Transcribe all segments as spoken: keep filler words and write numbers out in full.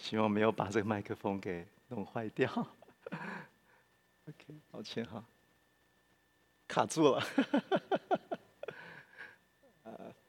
希望没有把这个麦克风给弄坏掉。OK， 抱歉哈，卡住了。呃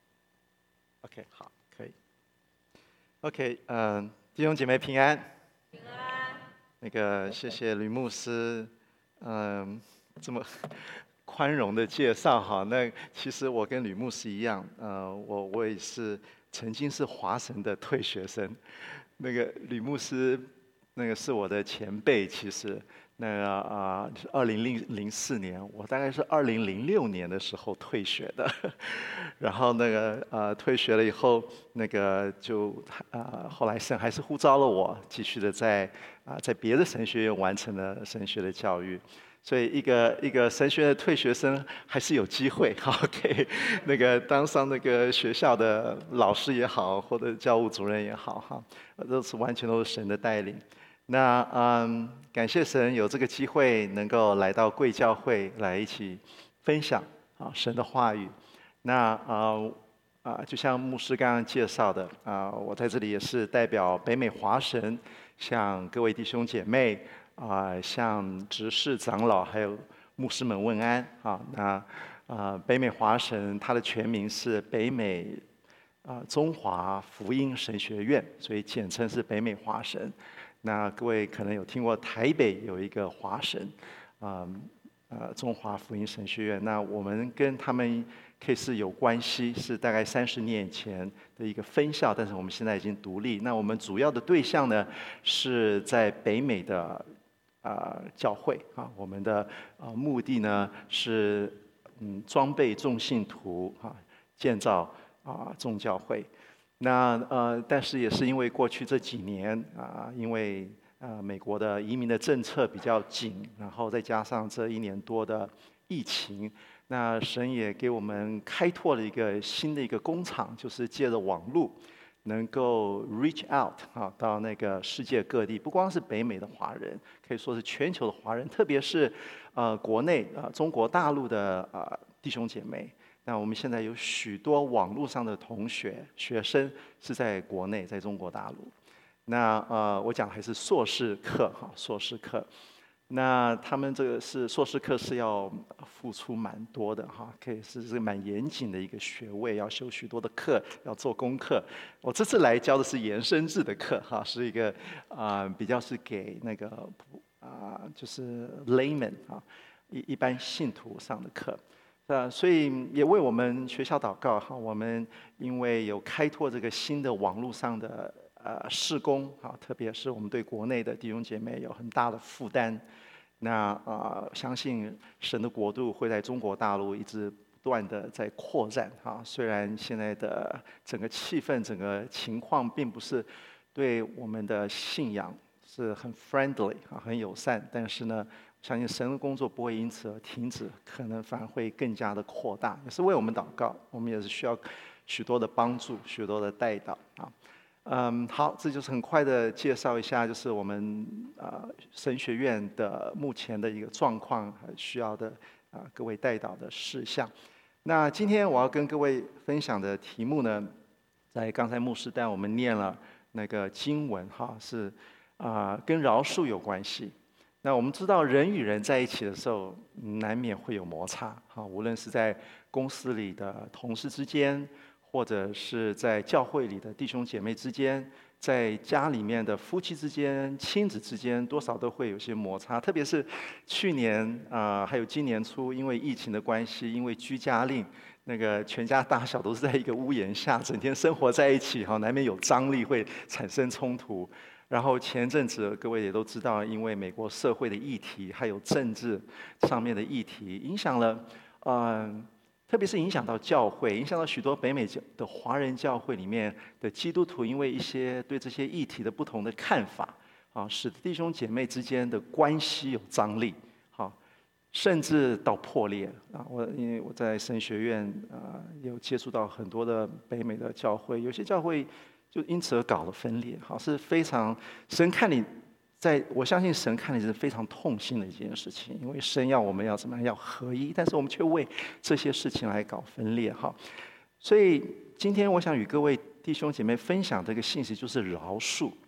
，OK， 好，可以。OK， 嗯、呃，弟兄姐妹平安。 平安。 那个，谢谢吕牧师，嗯、呃，这么宽容的介绍哈。那其实我跟吕牧师一样，呃，我我也是曾经是华神的退学生。那个吕牧师，那个是我的前辈，其实那个啊，二零零零四年，我大概是二零零六年的时候退学的。然后那个呃退学了以后，那个就啊、呃、后来神还是呼召了我，继续的在啊、呃、在别的神学院完成了神学的教育。所以一个一个神学的退学生还是有机会，哈，可以那个当上那个学校的老师也好，或者教务主任也好，哈，都是完全都是神的带领。那嗯，感谢神有这个机会能够来到贵教会来一起分享啊神的话语。那啊啊，就像牧师刚刚介绍的啊，我在这里也是代表北美华神，向各位弟兄姐妹。啊，向执事长老还有牧师们问安啊。那啊，北美华神它的全名是北美啊中华福音神学院，所以简称是北美华神。那各位可能有听过台北有一个华神，啊呃中华福音神学院。那我们跟他们可以是有关系，是大概三十年前的一个分校，但是我们现在已经独立。那我们主要的对象呢，是在北美的。啊、呃，教会啊，我们的啊、呃、目的呢是嗯装备众信徒啊，建造啊、呃、众教会。那呃，但是也是因为过去这几年啊、呃，因为呃美国的移民的政策比较紧，然后再加上这一年多的疫情，那神也给我们开拓了一个新的一个工厂，就是借着网络。能够 reach out 啊，到那个世界各地，不光是北美的华人，可以说是全球的华人，特别是呃国内啊、呃、中国大陆的啊、呃、弟兄姐妹。那我们现在有许多网络上的同学学生是在国内，在中国大陆。那呃，我讲还是硕士课哈，硕士课。那他们这个是硕士课是要付出蛮多的哈，可以是是蛮严谨的一个学位，要修许多的课，要做功课。我这次来教的是延伸制的课哈，是一个啊、呃、比较是给那个啊、呃、就是 layman 啊一一般信徒上的课。呃，所以也为我们学校祷告哈，我们因为有开拓这个新的网络上的。呃，事工啊，特别是我们对国内的弟兄姐妹有很大的负担。那呃，相信神的国度会在中国大陆一直不断的在扩展啊。虽然现在的整个气氛、整个情况并不是对我们的信仰是很 friendly 啊，很友善，但是呢，相信神的工作不会因此而停止，可能反而会更加的扩大。也是为我们祷告，我们也是需要许多的帮助、许多的带导啊。嗯，好，这就是很快的介绍一下，就是我们呃神学院的目前的一个状况，还需要的啊、呃、各位带导的事项。那今天我要跟各位分享的题目呢，在刚才牧师带我们念了那个经文哈，是啊、呃、跟饶恕有关系。那我们知道人与人在一起的时候，难免会有摩擦哈，无论是在公司里的同事之间。或者是在教会里的弟兄姐妹之间，在家里面的夫妻之间、亲子之间，多少都会有些摩擦。特别是去年啊、呃，还有今年初，因为疫情的关系，因为居家令，那个全家大小都是在一个屋檐下，整天生活在一起，哈，难免有张力，会产生冲突。然后前阵子各位也都知道，因为美国社会的议题，还有政治上面的议题，影响了，嗯、呃。特别是影响到教会，影响到许多北美的华人教会里面的基督徒，因为一些对这些议题的不同的看法，啊，使弟兄姐妹之间的关系有张力，好，甚至到破裂啊！我因为我在神学院啊，有接触到很多的北美的教会，有些教会就因此而搞了分裂，好，是非常神看你。在我相信神看的是非常痛心的一件事情，因为神要我们要怎么样要合一，但是我们却为这些事情来搞分裂哈。所以今天我想与各位弟兄姐妹分享这个信息，就是饶恕。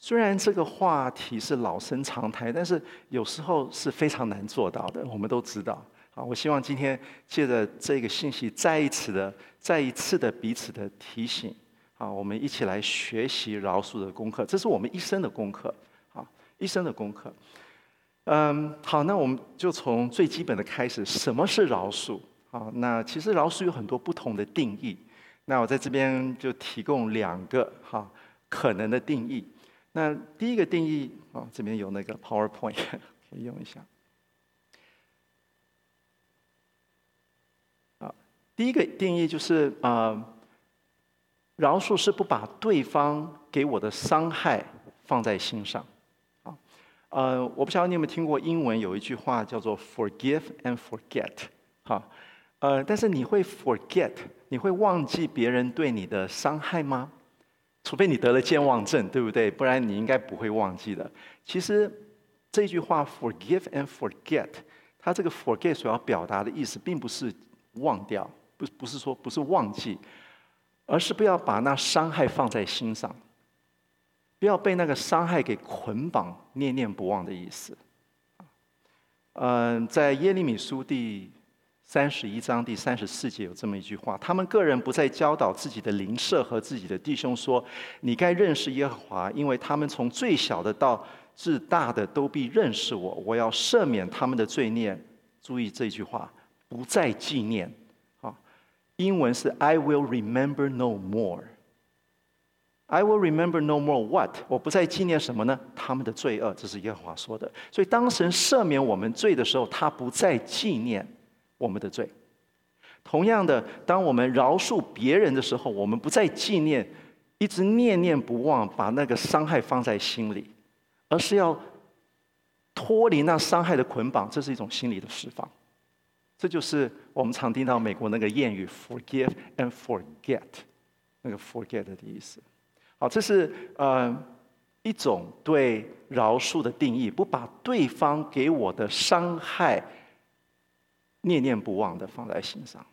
虽然这个话题是老生常谈，但是有时候是非常难做到的，我们都知道。啊，我希望今天借着这个信息，再一次的、再一次的彼此的提醒，啊，我们一起来学习饶恕的功课，这是我们一生的功课，啊，一生的功课。嗯，好，那我们就从最基本的开始，什么是饶恕？啊，那其实饶恕有很多不同的定义，那我在这边就提供两个哈可能的定义。那第一个定义，啊，这边有那个 PowerPoint 可以用一下。啊，第一个定义就是啊、呃，饶恕是不把对方给我的伤害放在心上。啊，呃，我不晓得你有没有听过英文有一句话叫做 "forgive and forget"。哈，呃，但是你会 forget， 你会忘记别人对你的伤害吗？除非你得了健忘症，对不对？不然你应该不会忘记的。其实这句话 "forgive and forget"， 它这个 forget 所要表达的意思，并不是忘掉，不不是说不是忘记，而是不要把那伤害放在心上，不要被那个伤害给捆绑，念念不忘的意思。嗯，在耶利米书第三十一章第三十四节有这么一句话：他们个人不再教导自己的邻舍和自己的弟兄说：“你该认识耶和华，因为他们从最小的到至大的都必认识我。我要赦免他们的罪孽。”注意这句话，不再纪念。啊，英文是 "I will remember no more"。I will remember no more what？ 我不再纪念什么呢？他们的罪恶，这是耶和华说的。所以当神赦免我们罪的时候，他不再纪念我们的罪。同样的，当我们饶恕别人的时候，我们不再纪念，一直念念不忘，把那个伤害放在心里，而是要脱离那伤害的捆绑，这是一种心理的释放。这就是我们常听到美国那个谚语 "forgive and forget"， 那个 forget 的意思。好，这是呃一种对饶恕的定义，不把对方给我的伤害念念不忘的放在心上。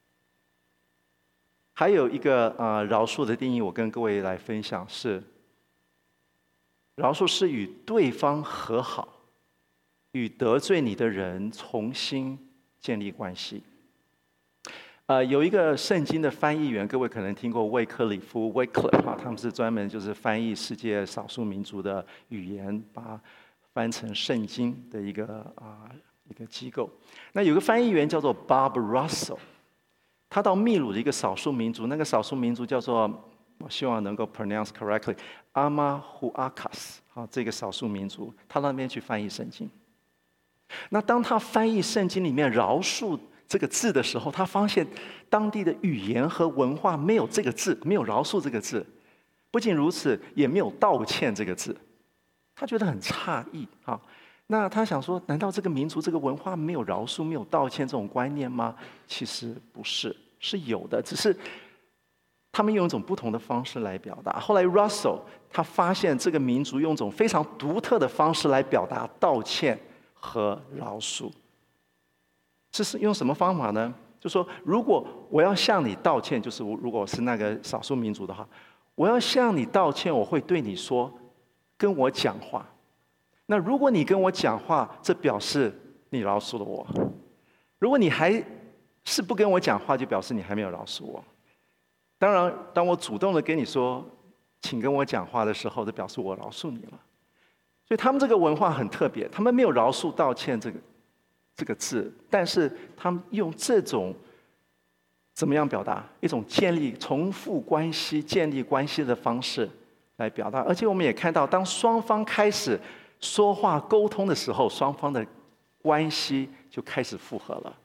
还有一个呃饶恕的定义，我跟各位来分享是：饶恕是与对方和好，与得罪你的人重新建立关系。呃，有一个圣经的翻译员，各位可能听过魏克里夫 （Wycliffe） 啊，他们是专门就是翻译世界少数民族的语言，把它翻成圣经的一个啊、呃、一个机构。那有个翻译员叫做 Bob Russell， 他到秘鲁的一个少数民族，那个少数民族叫做，我希望能够 pronounce correctly， 阿马胡阿卡斯啊，这个少数民族，他到那边去翻译圣经。那当他翻译圣经里面饶恕这个字的时候，他发现当地的语言和文化没有这个字，没有饶恕这个字。不仅如此，也没有道歉这个字。他觉得很诧异啊。那他想说，难道这个民族、这个文化没有饶恕、没有道歉这种观念吗？其实不是，是有的，只是他们用一种不同的方式来表达。后来 Russell 他发现这个民族用一种非常独特的方式来表达道歉和饶恕。这是用什么方法呢？就说如果我要向你道歉，就是如果我是那个少数民族的话，我要向你道歉，我会对你说，跟我讲话。那如果你跟我讲话，这表示你饶恕了我；如果你还是不跟我讲话，就表示你还没有饶恕我。当然，当我主动的跟你说，请跟我讲话的时候，就表示我饶恕你了。所以他们这个文化很特别，他们没有饶恕、道歉这个。这个字，但是他们用这种怎么样表达？一种建立重复关系、建立关系的方式来表达。而且我们也看到，当双方开始说话沟通的时候，双方的关系就开始复合了，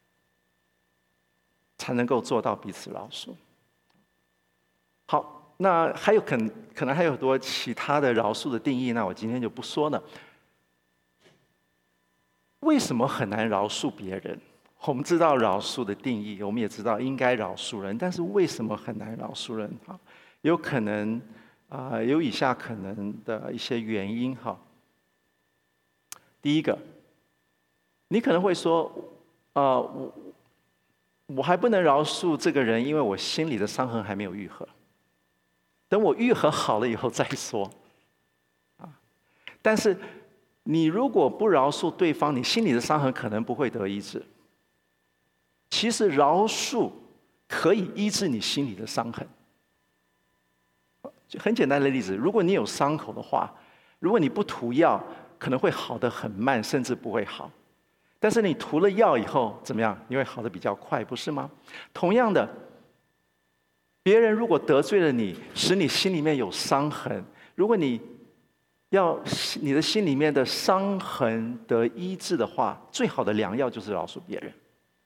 才能够做到彼此饶恕。好，那还有可能可能还有很多其他的饶恕的定义，那我今天就不说了。为什么很难饶恕别人？我们知道饶恕的定义，我们也知道应该饶恕人，但是为什么很难饶恕人？哈，有可能啊、呃，有以下可能的一些原因哈。第一个，你可能会说，呃，我我还不能饶恕这个人，因为我心里的伤痕还没有愈合。等我愈合好了以后再说。 但是你如果不饶恕对方，你心里的伤痕可能不会得医治。其实饶恕可以医治你心里的伤痕。就很简单的例子，如果你有伤口的话，如果你不涂药，可能会好得很慢，甚至不会好。但是你涂了药以后怎么样？你会好得比较快，不是吗？同样的，别人如果得罪了你，使你心里面有伤痕，如果你要你的心里面的伤痕得医治的话，最好的良药就是饶恕别人。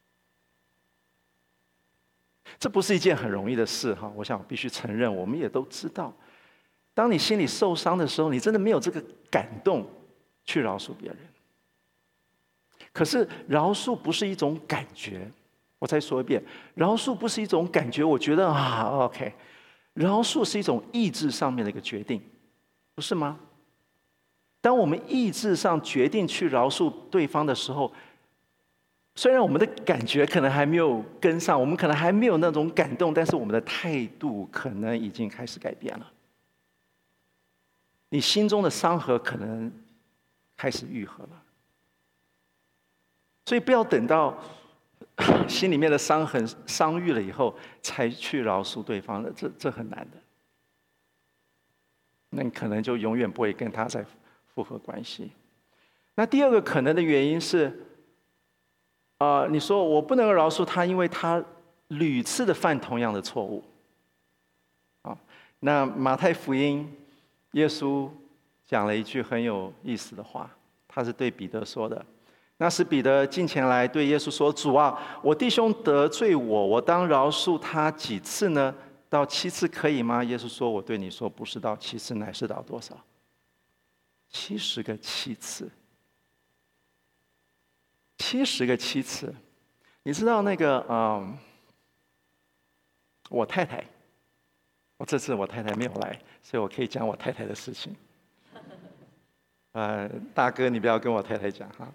这不是一件很容易的事哈，我想我必须承认，我们也都知道，当你心里受伤的时候，你真的没有这个感动去饶恕别人。可是饶恕不是一种感觉，我再说一遍，饶恕不是一种感觉，我觉得啊 OK， 饶恕是一种意志上面的一个决定，不是吗？当我们意志上决定去饶恕对方的时候，虽然我们的感觉可能还没有跟上，我们可能还没有那种感动，但是我们的态度可能已经开始改变了。你心中的伤痕可能开始愈合了。所以不要等到心里面的伤痕伤愈了以后，才去饶恕对方的，这这很难的。那你可能就永远不会跟他再复合关系。那第二个可能的原因是，呃，你说我不能够饶恕他，因为他屡次的犯同样的错误。啊，那马太福音，耶稣讲了一句很有意思的话，他是对彼得说的。那时彼得近前来对耶稣说：“主啊，我弟兄得罪我，我当饶恕他几次呢？到七次可以吗？”耶稣说：“我对你说，不是到七次，乃是到多少？七十个七次。七十个七次。你知道那个嗯，我太太，我这次我太太没有来，所以我可以讲我太太的事情。呃，大哥，你不要跟我太太讲哈。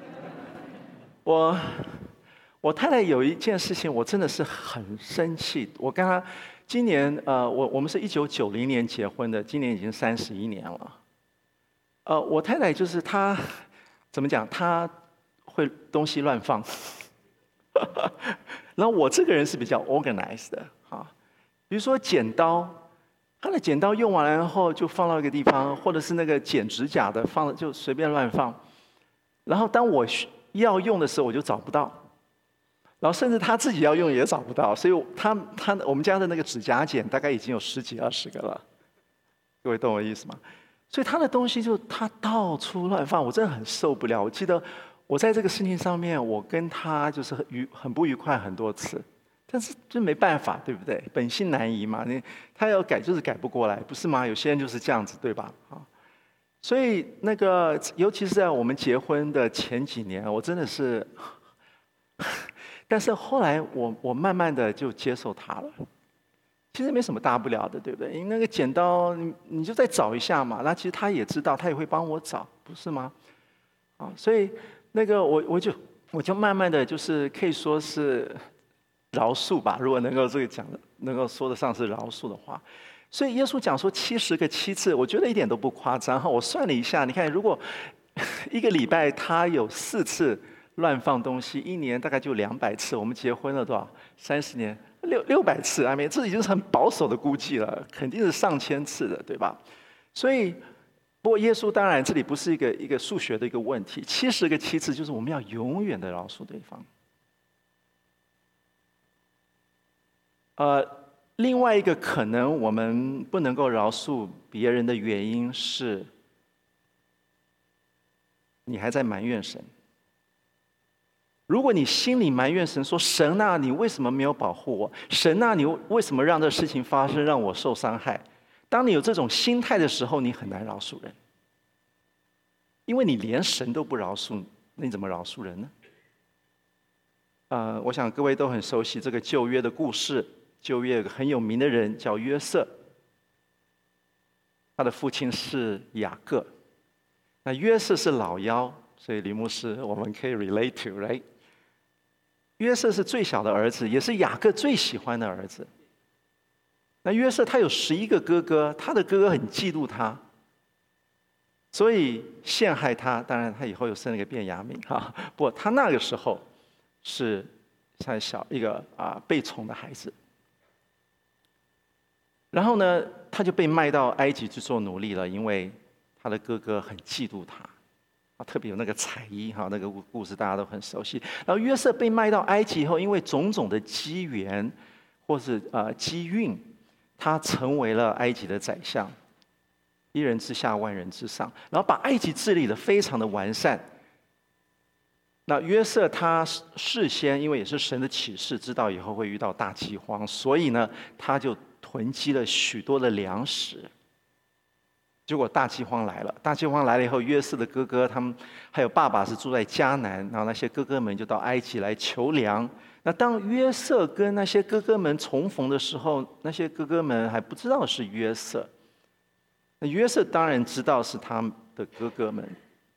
我我太太有一件事情，我真的是很生气。我跟她今年呃，我我们是一九九零年结婚的，今年已经三十一年了。呃，我太太就是她怎么讲？她会东西乱放。然后我这个人是比较 organized 的哈，比如说剪刀，她的剪刀用完了后就放到一个地方，或者是那个剪指甲的放了就随便乱放。然后当我要用的时候我就找不到，然后甚至他自己要用也找不到，所以他他我们家的那个指甲剪大概已经有十几二十个了，各位懂我意思吗？所以他的东西就他到处乱放，我真的很受不了。我记得我在这个事情上面，我跟他就是很愉很不愉快很多次，但是就没办法，对不对？本性难移嘛，你他要改就是改不过来，不是吗？有些人就是这样子，对吧？啊。所以那个，尤其是在我们结婚的前几年，我真的是，但是后来我我慢慢的就接受他了。其实没什么大不了的，对不对？因为那个剪刀，你你就再找一下嘛。那其实他也知道，他也会帮我找，不是吗？啊，所以那个我我就我就慢慢的就是可以说是饶恕吧，如果能够这个讲的能够说得上是饶恕的话。所以耶稣讲说七十个七次，我觉得一点都不夸张哈。我算了一下，你看，如果一个礼拜他有四次乱放东西，一年大概就两百次。我们结婚了多少？三十年，六六百次。I mean，这已经是很保守的估计了，肯定是上千次的，对吧？所以，不过耶稣当然这里不是一个一个数学的一个问题，七十个七次就是我们要永远的饶恕对方。呃。另外一个可能我们不能够饶恕别人的原因是，你还在埋怨神。如果你心里埋怨神说：“神啊，你为什么没有保护我？神啊，你为什么让这事情发生，让我受伤害？”当你有这种心态的时候，你很难饶恕人，因为你连神都不饶恕，那你怎么饶恕人呢？呃，我想各位都很熟悉这个旧约的故事。旧约有个很有名的人叫约瑟，他的父亲是雅各。那约瑟是老幺，所以李牧师我们可以 relate to right。约瑟是最小的儿子，也是雅各最喜欢的儿子。那约瑟他有十一个哥哥，他的哥哥很嫉妒他， 所以陷害他。当然，他以后又生了个卞雅悯哈。不过他那个时候是像小一个啊被宠的孩子。然后呢，他就被卖到埃及去做奴隶了，因为他的哥哥很嫉妒他。啊，特别有那个彩衣哈，那个故事大家都很熟悉。然后约瑟被卖到埃及以后，因为种种的机缘或是呃机运，他成为了埃及的宰相，一人之下，万人之上，然后把埃及治理得非常的完善。那约瑟他事先因为也是神的启示，知道以后会遇到大饥荒，所以呢，他就囤积了许多的粮食。结果大饥荒来了，大饥荒来了以后，约瑟的哥哥他们还有爸爸是住在迦南，然后那些哥哥们就到埃及来求粮。那当约瑟跟那些哥哥们重逢的时候，那些哥哥们还不知道是约瑟。那约瑟当然知道是他的哥哥们。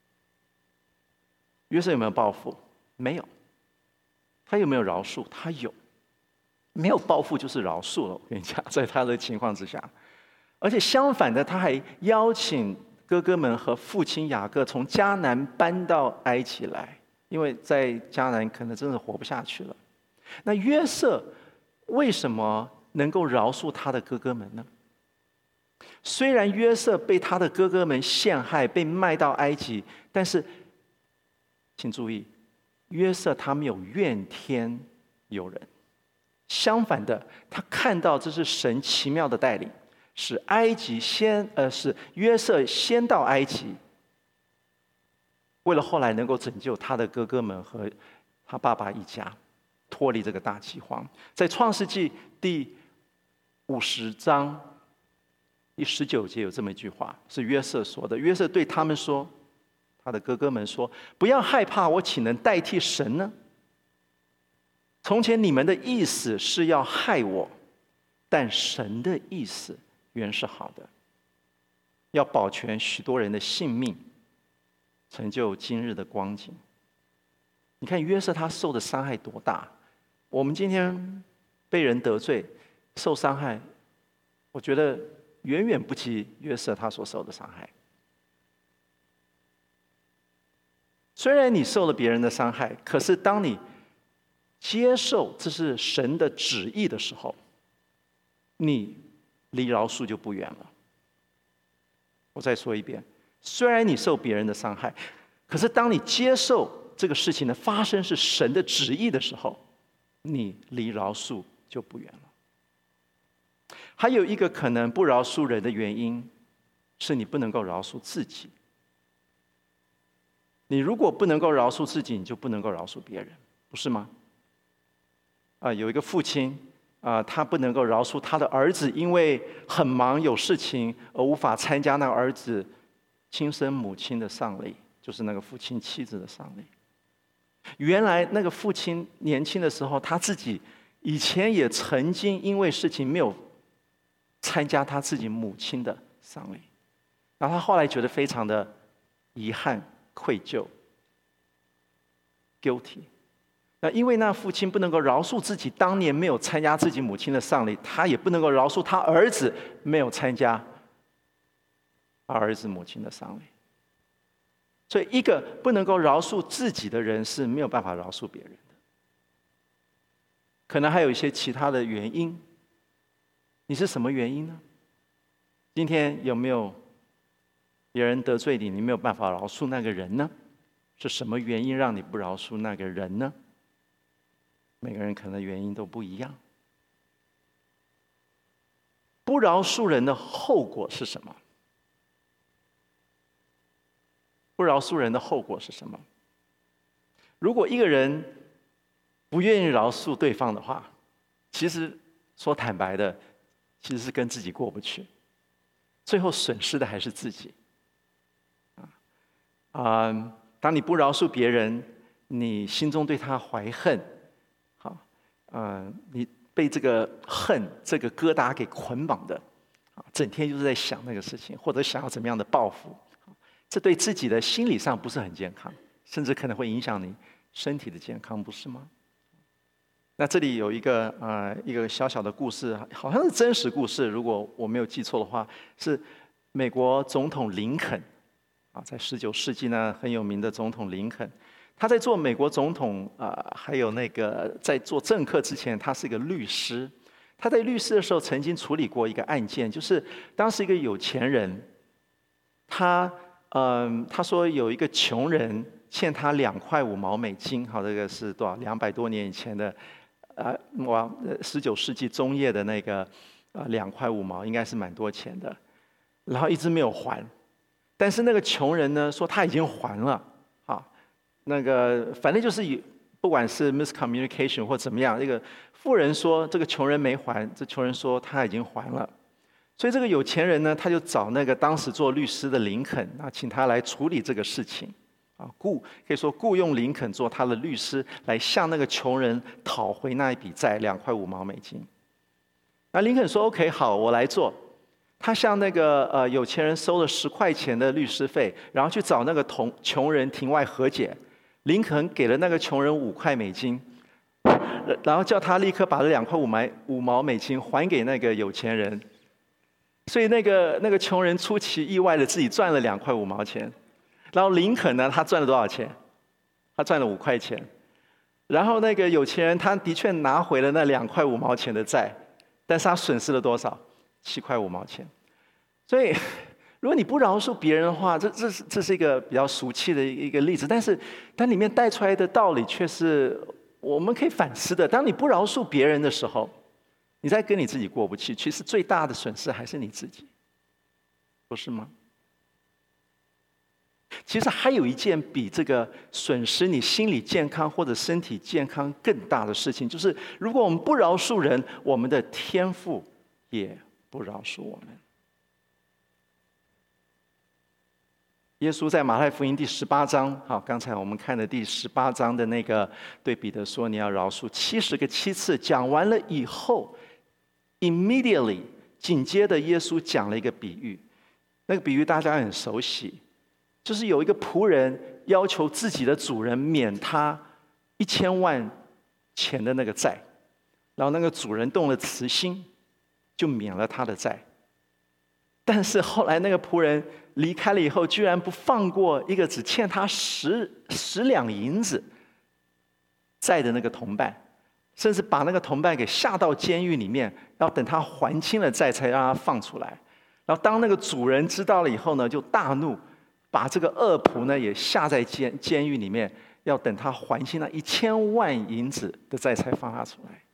约瑟有没有报复？没有。他有没有饶恕？他有。没有报复就是饶恕了，我跟你讲，在他的情况之下。而且相反的，他还邀请哥哥们和父亲雅各从迦南搬到埃及来，因为在迦南可能真的活不下去了。那约瑟为什么能够饶恕他的哥哥们呢？虽然约瑟被他的哥哥们陷害，被卖到埃及，但是请注意，约瑟他没有怨天尤人，相反的，他看到这是神奇妙的带领。使埃及先，呃，是约瑟先到埃及，为了后来能够拯救他的哥哥们和他爸爸一家，脱离这个大饥荒。在创世纪第五十章第十九节有这么一句话，是约瑟说的。约瑟对他们说，他的哥哥们说：“不要害怕，我岂能代替神呢？从前你们的意思是要害我，但神的意思原是好的，要保全许多人的性命，成就今日的光景。”你看约瑟他受的伤害多大？我们今天被人得罪、受伤害，我觉得远远不及约瑟他所受的伤害。虽然你受了别人的伤害，可是当你接受这是神的旨意的时候，你离饶恕就不远了。我再说一遍，虽然你受别人的伤害，可是当你接受这个事情的发生是神的旨意的时候，你离饶恕就不远了。还有一个可能不饶恕人的原因，是你不能够饶恕自己。你如果不能够饶恕自己，你就不能够饶恕别人，不是吗？啊，有一个父亲啊，他不能够饶恕他的儿子，因为很忙有事情而无法参加那个儿子亲生母亲的丧礼，就是那个父亲妻子的丧礼。原来那个父亲年轻的时候，他自己以前也曾经因为事情没有参加他自己母亲的丧礼，然后他后来觉得非常的遗憾、愧疚 guilty。那因为那父亲不能够饶恕自己当年没有参加自己母亲的丧礼，他也不能够饶恕他儿子没有参加他儿子母亲的丧礼。所以一个不能够饶恕自己的人是没有办法饶恕别人的。可能还有一些其他的原因。你是什么原因呢？今天有没有别人得罪你，你没有办法饶恕那个人呢？是什么原因让你不饶恕那个人呢？每个人可能原因都不一样。不饶恕人的后果是什么？不饶恕人的后果是什么？如果一个人不愿意饶恕对方的话，其实说坦白的，其实是跟自己过不去，最后损失的还是自己。啊、呃，当你不饶恕别人，你心中对他怀恨，好，呃，你被这个恨这个疙瘩给捆绑的，啊，整天就是在想那个事情，或者想要怎么样的报复，这对自己的心理上不是很健康，甚至可能会影响你身体的健康，不是吗？那这里有一个呃一个小小的故事，好像是真实故事，如果我没有记错的话，是美国总统林肯啊，在十九世纪呢很有名的总统林肯，他在做美国总统啊、呃，还有那个在做政客之前，他是一个律师。他在律师的时候曾经处理过一个案件，就是当时一个有钱人，他嗯、呃、他说有一个穷人欠他两块五毛美金，好，这个是多少？两百多年以前的，呃，哇，十九世纪中叶的那个啊两块五毛，应该是蛮多钱的，然后一直没有还，但是那个穷人呢说他已经还了，啊，那个反正就是以。不管是 miscommunication 或怎么样，这个富人说这个穷人没还，这穷人说他已经还了，所以这个有钱人呢，他就找那个当时做律师的林肯啊，请他来处理这个事情，啊，雇可以说雇佣林肯做他的律师，来向那个穷人讨回那一笔债两块五毛美金。那林肯说 OK 好，我来做。他向那个呃有钱人收了十块钱的律师费，然后去找那个同穷人庭外和解。林肯给了那个穷人五块美金，然后叫他立刻把这两块五毛五毛美金还给那个有钱人。所以那个那个穷人出其意外的自己赚了两块五毛钱，然后林肯呢，他赚了多少钱？他赚了五块钱。然后那个有钱人他的确拿回了那两块五毛钱的债，但是他损失了多少？七块五毛钱。所以。如果你不饶恕别人的话，这这是这是一个比较俗气的一个例子，但是它里面带出来的道理却是我们可以反思的。当你不饶恕别人的时候，你在跟你自己过不去，其实最大的损失还是你自己，不是吗？其实还有一件比这个损失你心理健康或者身体健康更大的事情，就是如果我们不饶恕人，我们的天父也不饶恕我们。耶稣在马太福音第十八章，好，刚才我们看的第十八章的那个对彼得说你要饶恕七十个七次，讲完了以后 ，immediately 紧接着耶稣讲了一个比喻，那个比喻大家很熟悉，就是有一个仆人要求自己的主人免他一千万钱的那个债，然后那个主人动了慈心，就免了他的债。但是后来那个仆人离开了以后，居然不放过一个只欠他十十两银子债的那个同伴，甚至把那个同伴给下到监狱里面，要等他还清了债才让他放出来。然后当那个主人知道了以后呢，就大怒，把这个恶仆呢也下在监监狱里面，要等他还清了一千万银子的债才放他出来。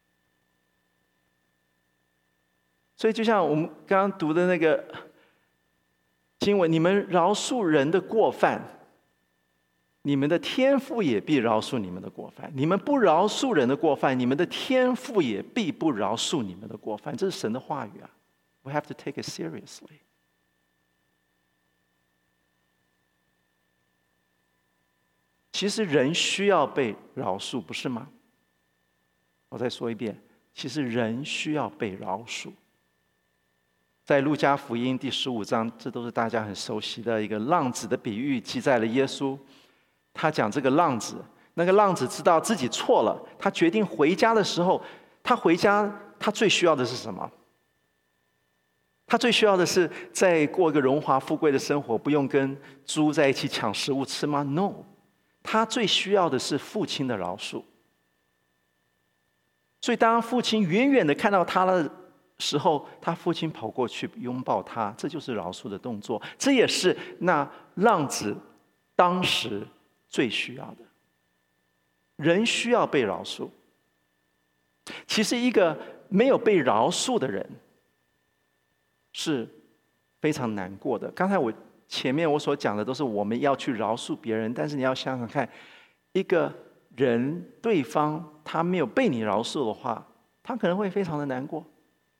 所以就像我们刚刚读的那个经文，你们饶恕人的过犯，你们的天父也必饶恕你们的过犯；你们不饶恕人的过犯，你们的天父也必不饶恕你们的过犯。这是神的话语啊 ，We have to take it seriously。其实人需要被饶恕，不是吗？我再说一遍，其实人需要被饶恕。在路加福音第十五章，这都是大家很熟悉的一个浪子的比喻，记载了耶稣。他讲这个浪子，那个浪子知道自己错了，他决定回家的时候，他回家他最需要的是什么？他最需要的是在过一个荣华富贵的生活，不用跟猪在一起抢食物吃吗 ？No， 他最需要的是父亲的饶恕。所以当父亲远远的看到他的时候，他父亲跑过去拥抱他，这就是饶恕的动作。这也是那浪子当时最需要的。人需要被饶恕。其实一个没有被饶恕的人是非常难过的。刚才我前面我所讲的都是我们要去饶恕别人，但是你要想想看，一个人对方他没有被你饶恕的话，他可能会非常的难过。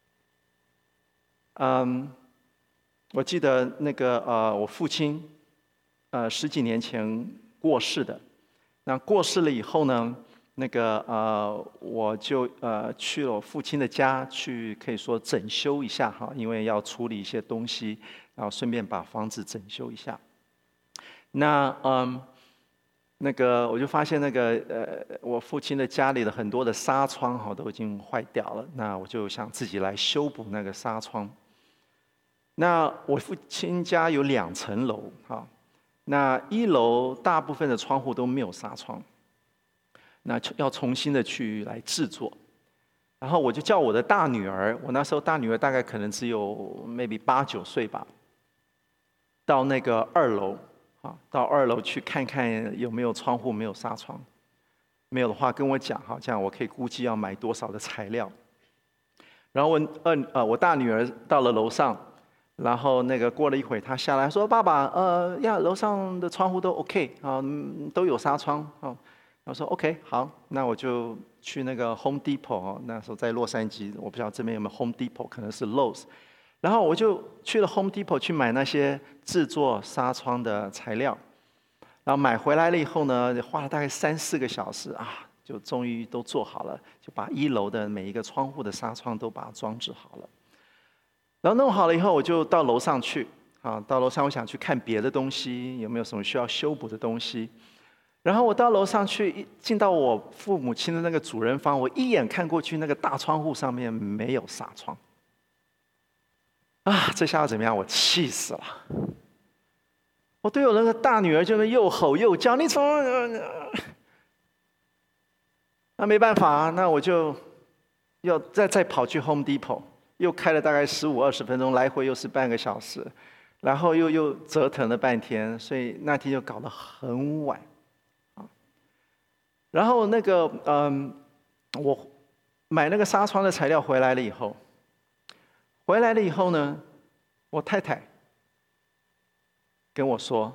嗯，我记得那个呃，我父亲呃十几年前过世的。那过世了以后呢，那个呃，我就呃去了我父亲的家去，可以说整修一下哈，因为要处理一些东西，然后顺便把房子整修一下。那嗯，那个我就发现那个呃，我父亲的家里的很多的纱窗哈都已经坏掉了，那我就想自己来修补那个纱窗。 那我父亲家有两层楼，哈，那一楼大部分的窗户都没有纱窗，那要重新的去来制作。然后我就叫我的大女儿，我那时候大女儿大概可能只有 maybe 八九岁吧，到那个二楼，啊，到二楼去看看有没有窗户没有纱窗，没有的话跟我讲，哈，这样我可以估计要买多少的材料。然后我二呃我大女儿到了楼上，然后那个过了一会，她下来说：“爸爸，呃呀，楼上的窗户都 OK 啊，都有纱窗啊。”我说 OK 好，那我就去那个 Home Depot， 那时候在洛杉矶，我不知道这边有没有 Home Depot， 可能是 Lowe's。然后我就去了 Home Depot 去买那些制作纱窗的材料，然后买回来了以后呢，花了大概三四个小时啊，就终于都做好了，就把一楼的每一个窗户的纱窗都把它装置好了。然后弄好了以后，我就到楼上去，啊，到楼上我想去看别的东西，有没有什么需要修补的东西。然后我到楼上去，进到我父母亲的那个主人房，我一眼看过去，那个大窗户上面没有纱窗。啊，这下子怎么样？我气死了！我对我那个大女儿就是又吼又叫，你怎么？那没办法，那我就要再再跑去 Home Depot， 又开了大概十五二十分钟，来回又是半个小时，然后又又折腾了半天，所以那天就搞得很晚。然后那个嗯，我买那个纱窗的材料回来了以后，回来了以后呢，我太太跟我说，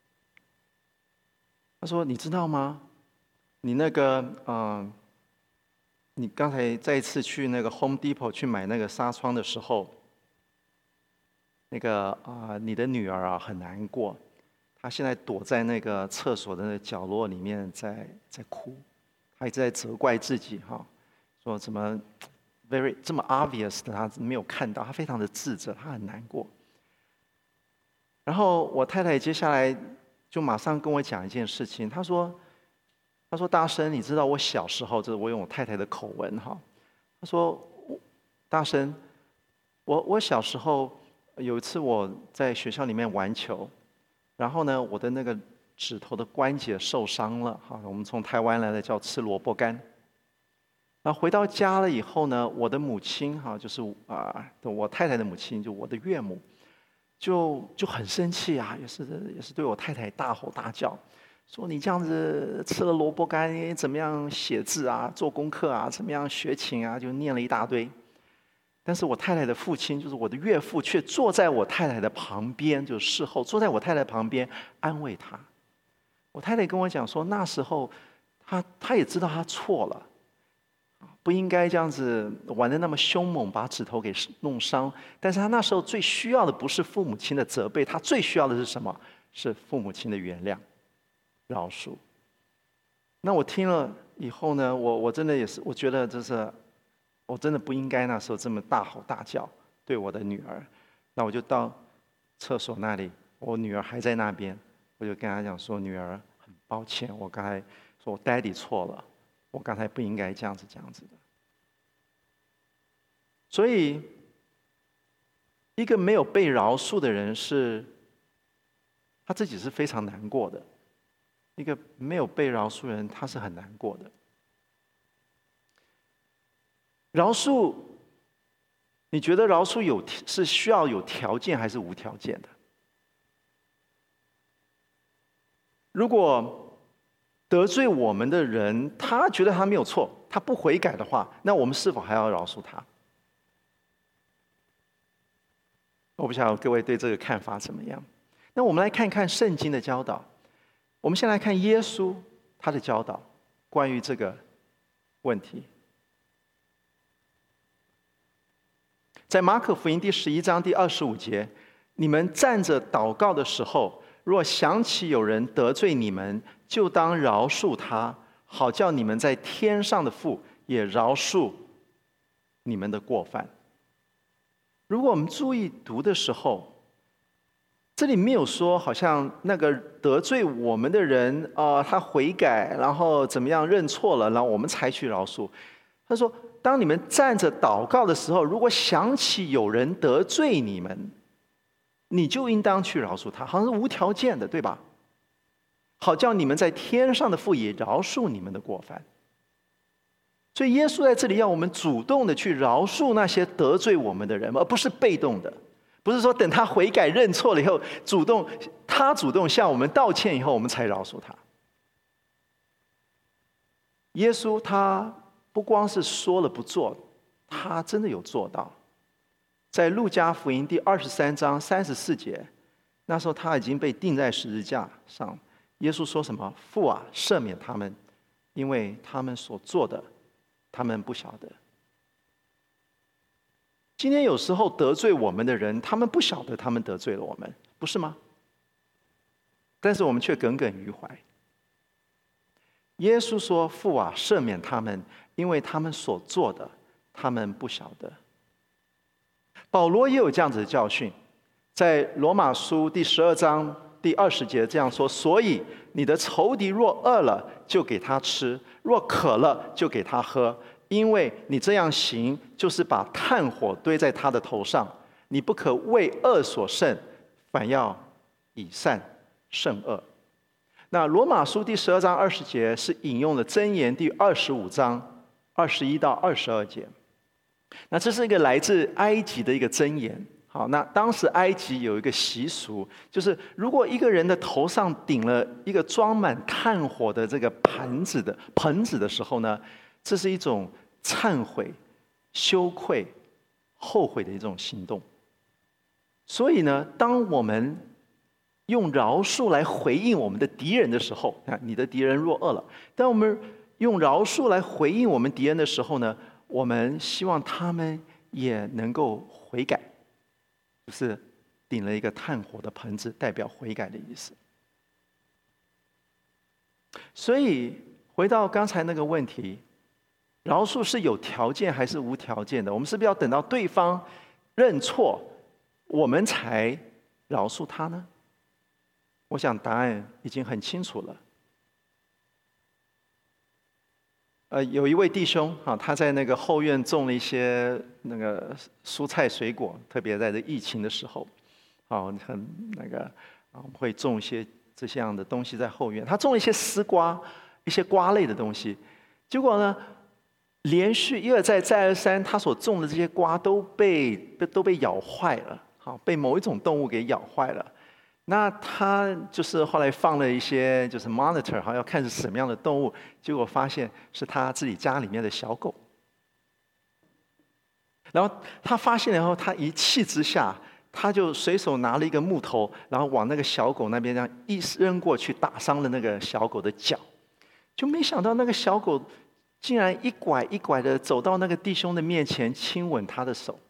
她说：“你知道吗？你那个嗯，你刚才再一次去那个 Home Depot 去买那个纱窗的时候，那个啊、呃，你的女儿啊很难过。”他现在躲在那个厕所的那个角落里面在，在哭，他一直在责怪自己哈，说怎么 very 这么 obvious 的他没有看到，他非常的自责，他很难过。然后我太太接下来就马上跟我讲一件事情，她说，她说大生，你知道我小时候，这是我用我太太的口吻哈，她说大生，我我小时候有一次我在学校里面玩球。然后呢，我的那个指头的关节受伤了，哈，我们从台湾来的叫吃萝卜干。然后回到家了以后呢，我的母亲哈，就是啊，我太太的母亲，就我的岳母，就就很生气啊，也是也是对我太太大吼大叫，说你这样子吃了萝卜干，怎么样写字啊，做功课啊，怎么样学琴啊，就念了一大堆。但是我太太的父亲，就是我的岳父，却坐在我太太的旁边，就事后坐在我太太旁边安慰她。我太太跟我讲说，那时候她她也知道她错了，不应该这样子玩得那么凶猛，把指头给弄伤。但是她那时候最需要的不是父母亲的责备，她最需要的是什么？是父母亲的原谅、饶恕。那我听了以后呢，我我真的也是，我觉得这是。我真的不应该那时候这么大吼大叫对我的女儿，那我就到厕所那里，我女儿还在那边，我就跟她讲说：“女儿，很抱歉，我刚才说我 Daddy 错了，我刚才不应该这样子这样子的。”所以，一个没有被饶恕的人是，他自己是非常难过的；一个没有被饶恕的人，他是很难过的。饶恕，你觉得饶恕有是需要有条件还是无条件的？如果得罪我们的人，他觉得他没有错，他不悔改的话，那我们是否还要饶恕他？我不晓得各位对这个看法怎么样？那我们来看看圣经的教导。我们先来看耶稣他的教导，关于这个问题。在马可福音第十一章第二十五节，你们站着祷告的时候，若想起有人得罪你们，就当饶恕他，好叫你们在天上的父也饶恕你们的过犯。如果我们注意读的时候，这里没有说好像那个得罪我们的人啊、呃，他悔改，然后怎么样认错了，然后我们才去饶恕。他说，当你们站着祷告的时候，如果想起有人得罪你们， 你就应当去饶恕他，好像是无条件的，对吧？好叫你们在天上的父也饶恕你们的过犯。所以耶稣在这里要我们主动的去饶恕那些得罪我们的人，而不是被动的，不是说等他悔改认错了以后，主动他主动向我们道歉以后，我们才饶恕他。耶稣他不光是说了不做，他真的有做到。在路加福音第二十三章三十四节，那时候他已经被钉在十字架上，耶稣说什么？父啊，赦免他们，因为他们所做的，他们不晓得。今天有时候得罪我们的人，他们不晓得他们得罪了我们，不是吗？但是我们却耿耿于怀。耶稣说：“父啊，赦免他们，因为他们所做的，他们不晓得。”保罗也有这样子的教训，在罗马书第十二章第二十节这样说：“所以你的仇敌若饿了，就给他吃；若渴了，就给他喝。因为你这样行，就是把炭火堆在他的头上。你不可为恶所胜，反要以善胜恶。”那罗马书第十二章二十节是引用了箴言第二十五章二十一到二十二节。那这是一个来自埃及的一个箴言。好，那当时埃及有一个习俗，就是如果一个人的头上顶了一个装满炭火的这个盘子的盆子的时候呢，这是一种忏悔、羞愧、后悔的一种行动。所以呢，当我们用饶恕来回应我们的敌人的时候，啊，你的敌人若饿了，当我们用饶恕来回应我们敌人的时候呢，我们希望他们也能够悔改，就是顶了一个炭火的盆子，代表悔改的意思。所以回到刚才那个问题，饶恕是有条件还是无条件的？我们是不是要等到对方认错，我们才饶恕他呢？我想答案已经很清楚了。呃，有一位弟兄啊，他在那个后院种了一些那个蔬菜水果，特别在这疫情的时候，啊，很那个啊，会种一些这些样的东西在后院。他种了一些丝瓜，一些瓜类的东西，结果呢，连续一而再再而三，他所种的这些瓜都被都被咬坏了，好，被某一种动物给咬坏了。那他就是后来放了一些就是 monitor， 好要看是什么样的动物，结果发现是他自己家里面的小狗。然后他发现了以后，他一气之下，他就随手拿了一个木头，然后往那个小狗那边这样一扔过去，打伤了那个小狗的脚。就没想到那个小狗竟然一拐一拐的走到那个弟兄的面前，亲吻他的手，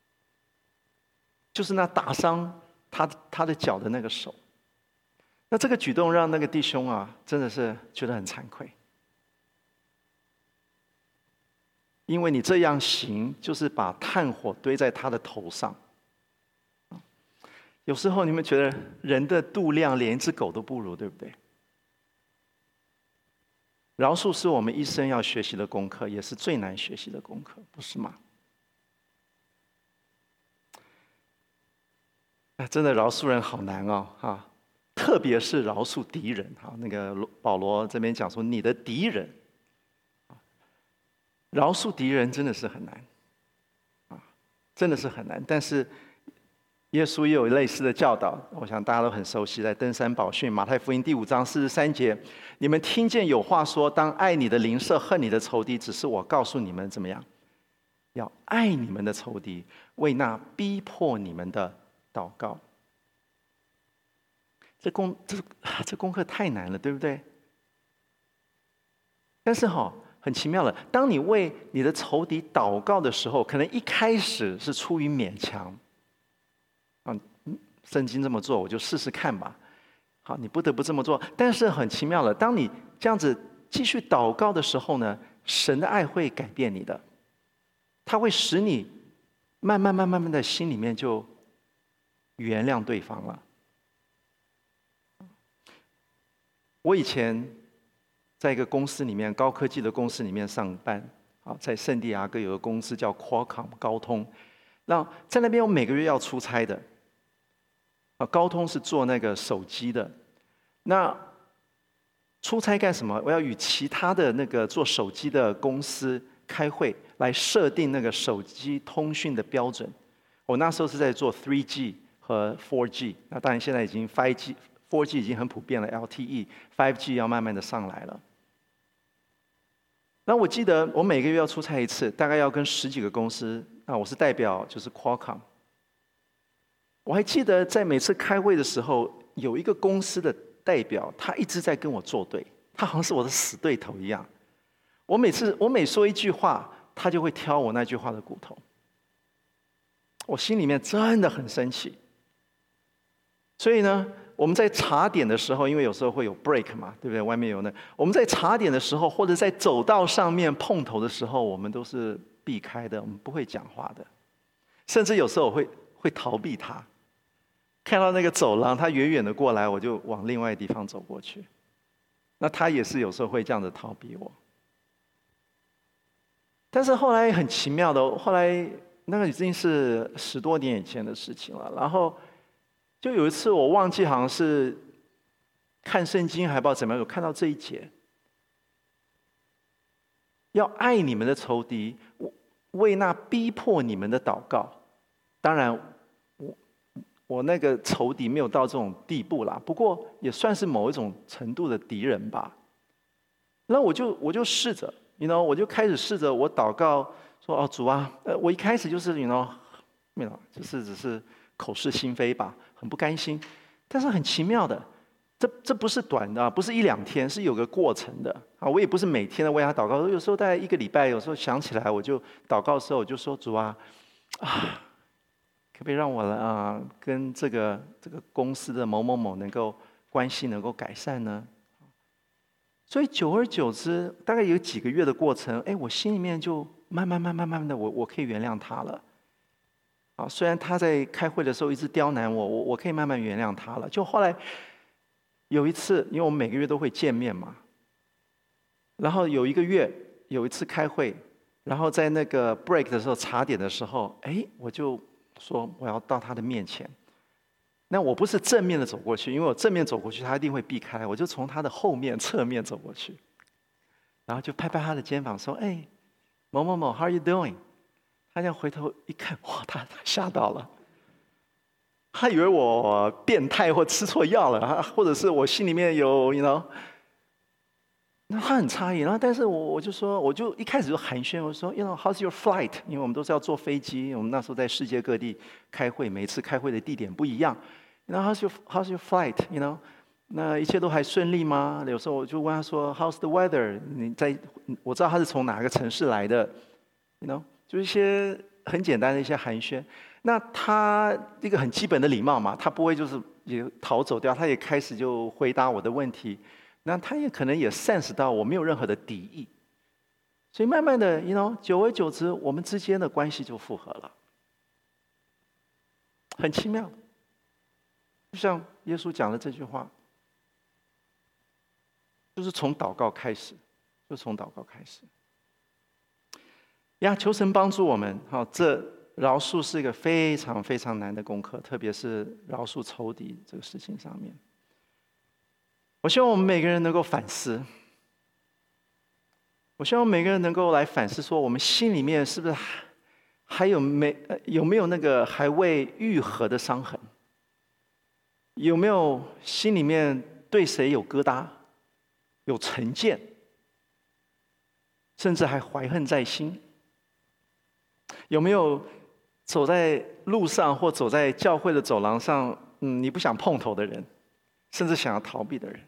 就是那打伤他他的脚的那个手。那这个举动让那个弟兄啊，真的是觉得很惭愧，因为你这样行，就是把炭火堆在他的头上。有时候你们觉得人的度量连一只狗都不如，对不对？饶恕是我们一生要学习的功课，也是最难学习的功课，不是吗？哎，真的饶恕人好难哦，哈！特别是饶恕敌人，哈，那个保罗这边讲说，你的敌人，饶恕敌人真的是很难，啊，真的是很难。但是耶稣也有类似的教导，我想大家都很熟悉，在登山宝训马太福音第五章四十三节，你们听见有话说，当爱你的邻舍，恨你的仇敌，只是我告诉你们怎么样，要爱你们的仇敌，为那逼迫你们的祷告。这功这这功课太难了，对不对？但是哈、哦，很奇妙的，当你为你的仇敌祷告的时候，可能一开始是出于勉强，啊，圣经这么做，我就试试看吧。好，你不得不这么做。但是很奇妙的，当你这样子继续祷告的时候呢，神的爱会改变你的，它会使你慢慢慢慢慢的心里面就原谅对方了。我以前在一个公司里面，高科技的公司里面上班，啊，在圣地亚哥有个公司叫 Qualcomm 高通，那在那边我每个月要出差的。 啊，高通是做那个手机的。那出差干什么？我要与其他的那个做手机的公司开会，来设定那个手机通讯的标准。我那时候是在做 three G 和 four G， 那当然现在已经 five G、four G 已经很普遍了 ，L T E、five G 要慢慢的上来了。那我记得我每个月要出差一次，大概要跟十几个公司，那我是代表就是 Qualcomm。我还记得在每次开会的时候，有一个公司的代表，他一直在跟我作对，他好像是我的死对头一样。我每次我每说一句话，他就会挑我那句话的骨头。我心里面真的很生气。所以呢，我们在茶点的时候，因为有时候会有 break 嘛，对不对？外面有那，我们在茶点的时候，或者在走道上面碰头的时候，我们都是避开的，我们不会讲话的。甚至有时候我会会逃避他。看到那个走廊，他远远的过来，我就往另外的地方走过去。那他也是有时候会这样的逃避我。但是后来很奇妙的，后来那个已经是十多年以前的事情了。然后就有一次我忘记好像是看圣经还不知道怎么样，有看到这一节，要爱你们的仇敌，为那逼迫你们的祷告。当然我我那个仇敌没有到这种地步啦，不过也算是某一种程度的敌人吧。那我就我就试着，you know， 我就开始试着我祷告说：“哦，主啊，呃，我一开始就是，you know，you know， 就是只是口是心非吧，很不甘心。但是很奇妙的，这这不是短的，不是一两天，是有个过程的啊。我也不是每天的为他祷告，有时候大概一个礼拜，有时候想起来我就祷告的时候，我就说：主啊，啊。”可不可以让我啊、呃、跟这个这个公司的某某某能够关系能够改善呢？所以久而久之，大概有几个月的过程，哎，我心里面就慢慢慢慢慢慢的，我我可以原谅他了。啊，虽然他在开会的时候一直刁难我，我我可以慢慢原谅他了。就后来有一次，因为我们每个月都会见面嘛，然后有一个月有一次开会，然后在那个 break 的时候茶点的时候，哎，我就说我要到他的面前。那我不是正面的走过去，因为我正面走过去他一定会避开，我就从他的后面侧面走过去，然后就拍拍他的肩膀说：“哎，某某某 ，How are you doing？” 他这样回头一看，哇，他他吓到了，他以为我变态或吃错药了，或者是我心里面有 you know。那他很诧异，然后但是我我就说，我就一开始就寒暄，我说 ，You know, how's your flight？ 因为我们都是要坐飞机，我们那时候在世界各地开会，每次开会的地点不一样。You know, how's your how's your flight？ You know， 那一切都还顺利吗？有时候我就问他说 ，How's the weather？ 你在，我知道他是从哪个城市来的 ，You know， 就一些很简单的一些寒暄。那他一个很基本的礼貌嘛，他不会就是也逃走掉，他也开始就回答我的问题。那他也可能也 sense 到我没有任何的敌意，所以慢慢的 ，you know， 久而久之，我们之间的关系就复合了，很奇妙。就像耶稣讲的这句话，就是从祷告开始，就从祷告开始。呀，求神帮助我们，好，这饶恕是一个非常非常难的功课，特别是饶恕仇敌这个事情上面。我希望我们每个人能够反思，我希望每个人能够来反思，说我们心里面是不是还还有没有没有那个还未愈合的伤痕？有没有心里面对谁有疙瘩、有成见，甚至还怀恨在心？有没有走在路上或走在教会的走廊上，嗯，你不想碰头的人，甚至想要逃避的人？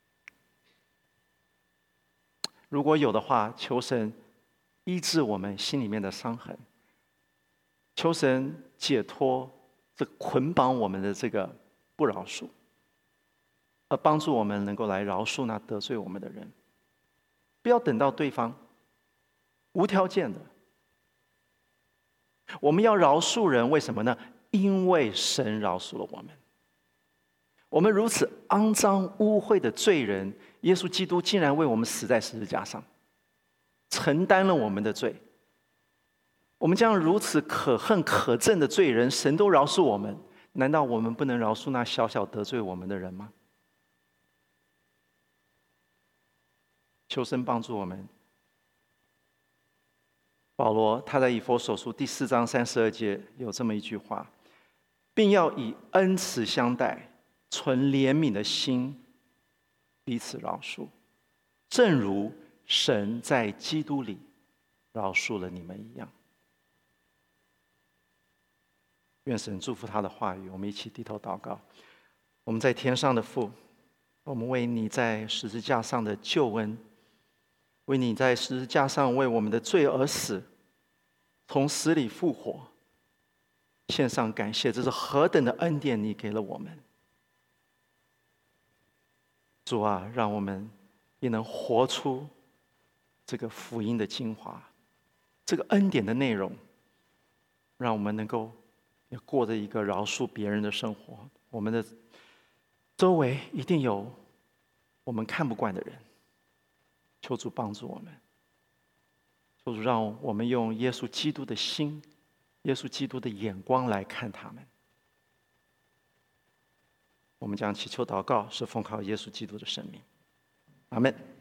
如果有的话，求神医治我们心里面的伤痕，求神解脱这捆绑我们的这个不饶恕，而帮助我们能够来饶恕那得罪我们的人。不要等到对方无条件的，我们要饶恕人，为什么呢？因为神饶恕了我们。我们如此肮脏污秽的罪人，耶稣基督竟然为我们死在十字架上，承担了我们的罪。我们将如此可恨可憎的罪人，神都饶恕我们， 难道我们不能饶恕那小小得罪我们的人吗？求神帮助我们。保罗他在以弗所书第四章三十二节有这么一句话，并要以恩慈相待，存怜悯的心，彼此饶恕，正如神在基督里饶恕了你们一样。愿神祝福他的话语，我们一起低头祷告。我们在天上的父，我们为你在十字架上的救恩，为你在十字架上为我们的罪而死，从死里复活，献上感谢。这是何等的恩典你给了我们。主啊，让我们也能活出这个福音的精华，这个恩典的内容，让我们能够也过着一个饶恕别人的生活。我们的周围一定有我们看不惯的人，求主帮助我们，求主让我们用耶稣基督的心，耶稣基督的眼光来看他们。我们将祈求祷告，是奉靠耶稣基督的圣名，阿们。